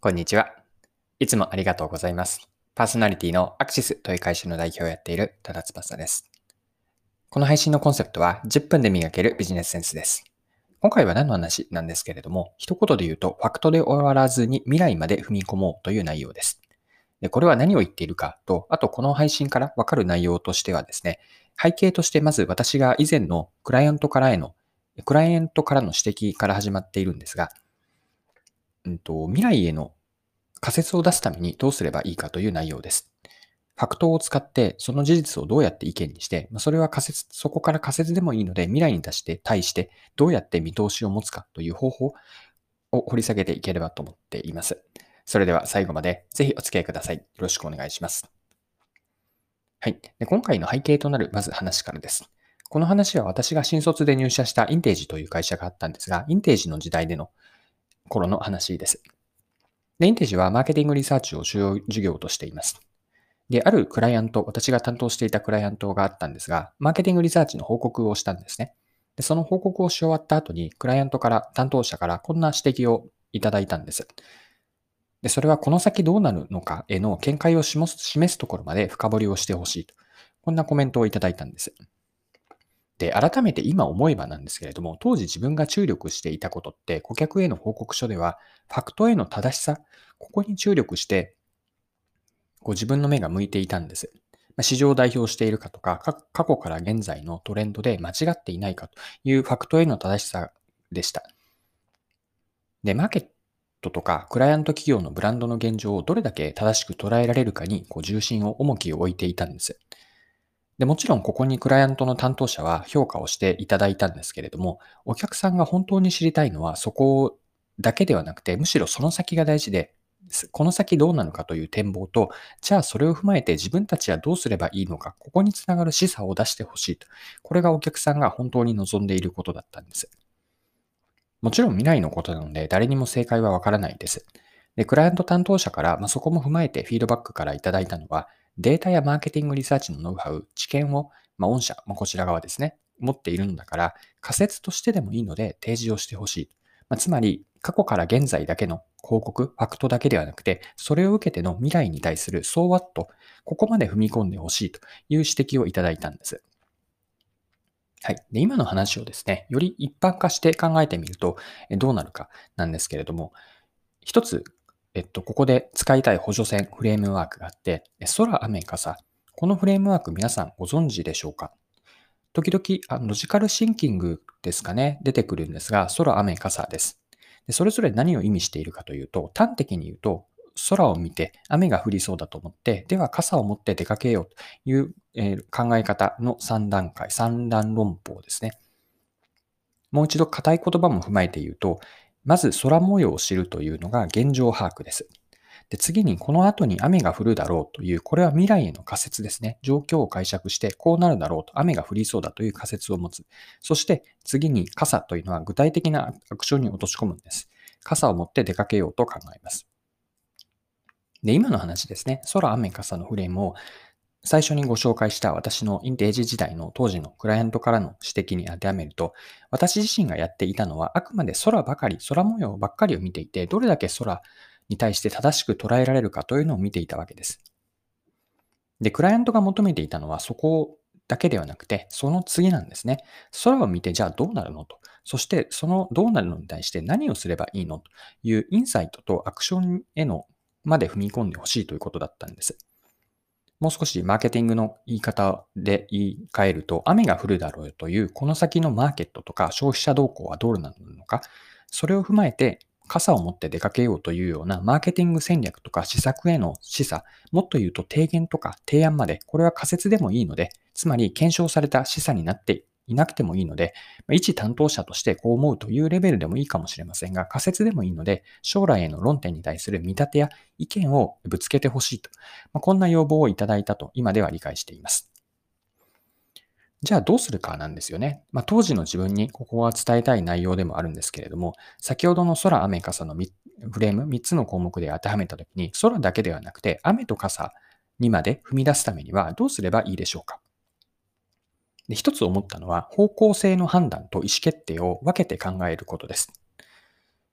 こんにちは。いつもありがとうございます。パーソナリティのアクシスという会社の代表をやっている多田翼です。この配信のコンセプトは10分で磨けるビジネスセンスです。今回は何の話なんですけれども、一言で言うとファクトで終わらずに未来まで踏み込もうという内容です。で、これは何を言っているかと、あとこの配信からわかる内容としてはですね、背景としてまず私が以前のクライアントからの指摘から始まっているんですが、未来への仮説を出すためにどうすればいいかという内容です。ファクトを使ってその事実をどうやって意見にして、それはそこから仮説でもいいので未来に対してどうやって見通しを持つかという方法を掘り下げていければと思っています。それでは最後までぜひお付き合いください。よろしくお願いします。はい。今回の背景となるまず話からです。この話は私が新卒で入社したインテージという会社があったんですが、インテージの時代での頃の話です。で、インテージはマーケティングリサーチを主要事業としています。で、あるクライアント、私が担当していたクライアントがあったんですが、マーケティングリサーチの報告をしたんですね。で、その報告をし終わった後に、クライアントから、担当者からこんな指摘をいただいたんです。で、それはこの先どうなるのかへの見解を示すところまで深掘りをしてほしいと。こんなコメントをいただいたんです。で、改めて今思えばなんですけれども、当時自分が注力していたことって、顧客への報告書では、ファクトへの正しさ、ここに注力して、自分の目が向いていたんです。市場を代表しているかとか、過去から現在のトレンドで間違っていないかというファクトへの正しさでした。で、マーケットとかクライアント企業のブランドの現状をどれだけ正しく捉えられるかに重きを置いていたんです。で、もちろんここにクライアントの担当者は評価をしていただいたんですけれども、お客さんが本当に知りたいのはそこだけではなくて、むしろその先が大事で、この先どうなのかという展望と、じゃあそれを踏まえて自分たちはどうすればいいのか、ここにつながる示唆を出してほしいと。これがお客さんが本当に望んでいることだったんです。もちろん未来のことなので誰にも正解はわからないです。で、クライアント担当者から、そこも踏まえてフィードバックからいただいたのは、データやマーケティングリサーチのノウハウ、知見を、御社、こちら側ですね、持っているのだから、仮説としてでもいいので提示をしてほしい。つまり、過去から現在だけの広告、ファクトだけではなくて、それを受けての未来に対するSo what? ここまで踏み込んでほしいという指摘をいただいたんです。はい。で、今の話をですね、より一般化して考えてみると、どうなるかなんですけれども、一つ、ここで使いたい補助線、フレームワークがあって、空、雨、傘。このフレームワーク皆さんご存知でしょうか？時々、ロジカルシンキングですかね、出てくるんですが、空、雨、傘です。で、それぞれ何を意味しているかというと、端的に言うと、空を見て雨が降りそうだと思って、では傘を持って出かけようという、考え方の3段階、三段論法ですね。もう一度硬い言葉も踏まえて言うと、まず空模様を知るというのが現状把握です。で、次にこの後に雨が降るだろうという、これは未来への仮説ですね。状況を解釈して、こうなるだろうと、雨が降りそうだという仮説を持つ。そして次に傘というのは具体的なアクションに落とし込むんです。傘を持って出かけようと考えます。で、今の話ですね。空、雨、傘のフレームを最初にご紹介した私のインテージ時代の当時のクライアントからの指摘に当てはめると、私自身がやっていたのはあくまで空模様ばっかりを見ていて、どれだけ空に対して正しく捉えられるかというのを見ていたわけです。で、クライアントが求めていたのはそこだけではなくて、その次なんですね。空を見てじゃあどうなるのと。そしてそのどうなるのに対して何をすればいいのというインサイトとアクションへのまで踏み込んでほしいということだったんです。もう少しマーケティングの言い方で言い換えると、雨が降るだろうという、この先のマーケットとか消費者動向はどうなのか、それを踏まえて、傘を持って出かけようというようなマーケティング戦略とか施策への示唆、もっと言うと提言とか提案まで、これは仮説でもいいので、つまり検証された示唆になっていなくてもいいので、一担当者としてこう思うというレベルでもいいかもしれませんが、仮説でもいいので、将来への論点に対する見立てや意見をぶつけてほしいと、こんな要望をいただいたと今では理解しています。じゃあどうするかなんですよね。当時の自分にここは伝えたい内容でもあるんですけれども、先ほどの空、雨、傘のフレーム3つの項目で当てはめたときに、空だけではなくて雨と傘にまで踏み出すためにはどうすればいいでしょうか。で、一つ思ったのは、方向性の判断と意思決定を分けて考えることです。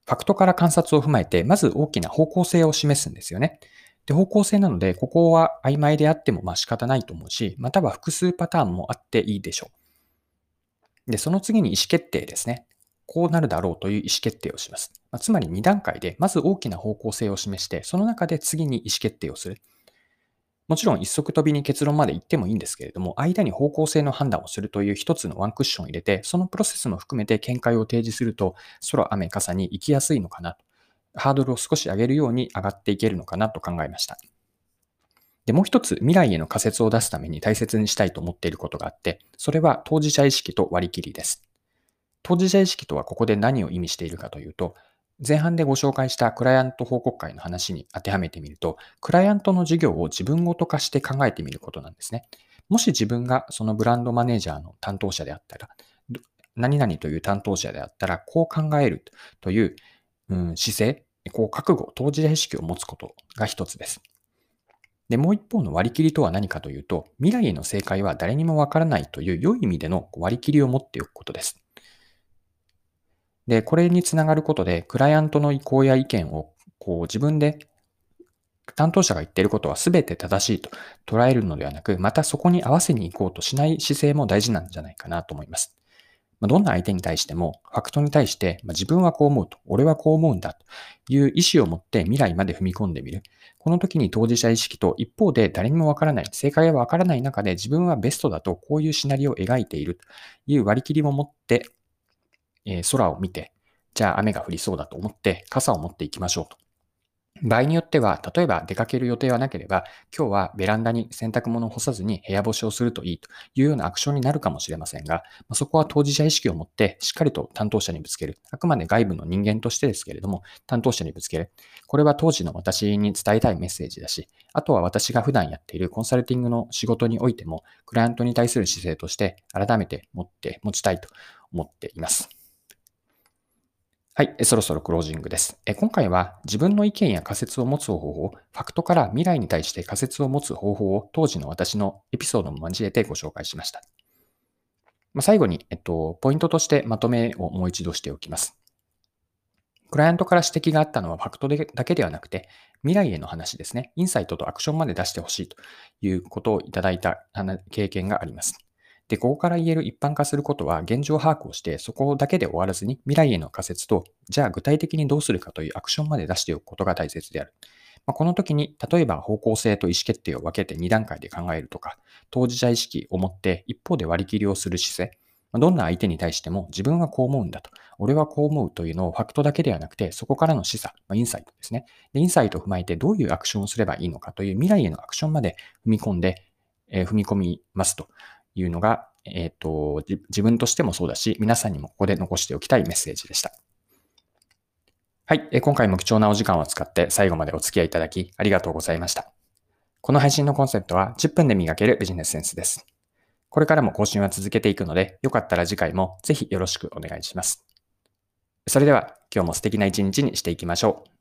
ファクトから観察を踏まえて、まず大きな方向性を示すんですよね。で、方向性なので、ここは曖昧であっても仕方ないと思うし、または複数パターンもあっていいでしょう。で、その次に意思決定ですね。こうなるだろうという意思決定をします。つまり2段階で、まず大きな方向性を示して、その中で次に意思決定をする。もちろん一足飛びに結論まで行ってもいいんですけれども、間に方向性の判断をするという一つのワンクッションを入れて、そのプロセスも含めて見解を提示すると、空、雨、傘に行きやすいのかなと。ハードルを少し上げるように上がっていけるのかなと考えました。で、もう一つ、未来への仮説を出すために大切にしたいと思っていることがあって、それは当事者意識と割り切りです。当事者意識とはここで何を意味しているかというと、前半でご紹介したクライアント報告会の話に当てはめてみると、クライアントの事業を自分ごと化して考えてみることなんですね。もし自分がそのブランドマネージャーの担当者であったら、何々という担当者であったら、こう考えるという、姿勢、覚悟、当事者意識を持つことが一つです。で、もう一方の割り切りとは何かというと、未来への正解は誰にもわからないという良い意味での割り切りを持っておくことです。で、これにつながることで、クライアントの意向や意見を自分で担当者が言っていることは全て正しいと捉えるのではなく、またそこに合わせに行こうとしない姿勢も大事なんじゃないかなと思います。どんな相手に対しても、ファクトに対して、自分はこう思うと、俺はこう思うんだという意思を持って未来まで踏み込んでみる。この時に当事者意識と一方で誰にもわからない、正解はわからない中で自分はベストだとこういうシナリオを描いているという割り切りも持って、空を見て、じゃあ雨が降りそうだと思って傘を持っていきましょうと。場合によっては、例えば出かける予定はなければ、今日はベランダに洗濯物を干さずに部屋干しをするといいというようなアクションになるかもしれませんが、そこは当事者意識を持ってしっかりと担当者にぶつける。あくまで外部の人間としてですけれども、担当者にぶつける。これは当時の私に伝えたいメッセージだし、あとは私が普段やっているコンサルティングの仕事においても、クライアントに対する姿勢として改めて持ちたいと思っています。はい、そろそろクロージングです。今回は自分の意見や仮説を持つ方法を、ファクトから未来に対して仮説を持つ方法を当時の私のエピソードも交えてご紹介しました。最後に、ポイントとしてまとめをもう一度しておきます。クライアントから指摘があったのはファクトだけではなくて、未来への話ですね。インサイトとアクションまで出してほしいということをいただいた経験があります。で、ここから言える一般化することは、現状把握をして、そこだけで終わらずに、未来への仮説と、じゃあ具体的にどうするかというアクションまで出しておくことが大切である。この時に、例えば方向性と意思決定を分けて2段階で考えるとか、当事者意識を持って一方で割り切りをする姿勢、どんな相手に対しても自分はこう思うんだと、俺はこう思うというのをファクトだけではなくて、そこからの示唆、インサイトですね。でインサイトを踏まえてどういうアクションをすればいいのかという未来へのアクションまで踏み込みますというのが、自分としてもそうだし、皆さんにもここで残しておきたいメッセージでした。はい、今回も貴重なお時間を使って最後までお付き合いいただきありがとうございました。この配信のコンセプトは10分で磨けるビジネスセンスです。これからも更新は続けていくので、よかったら次回もぜひよろしくお願いします。それでは今日も素敵な一日にしていきましょう。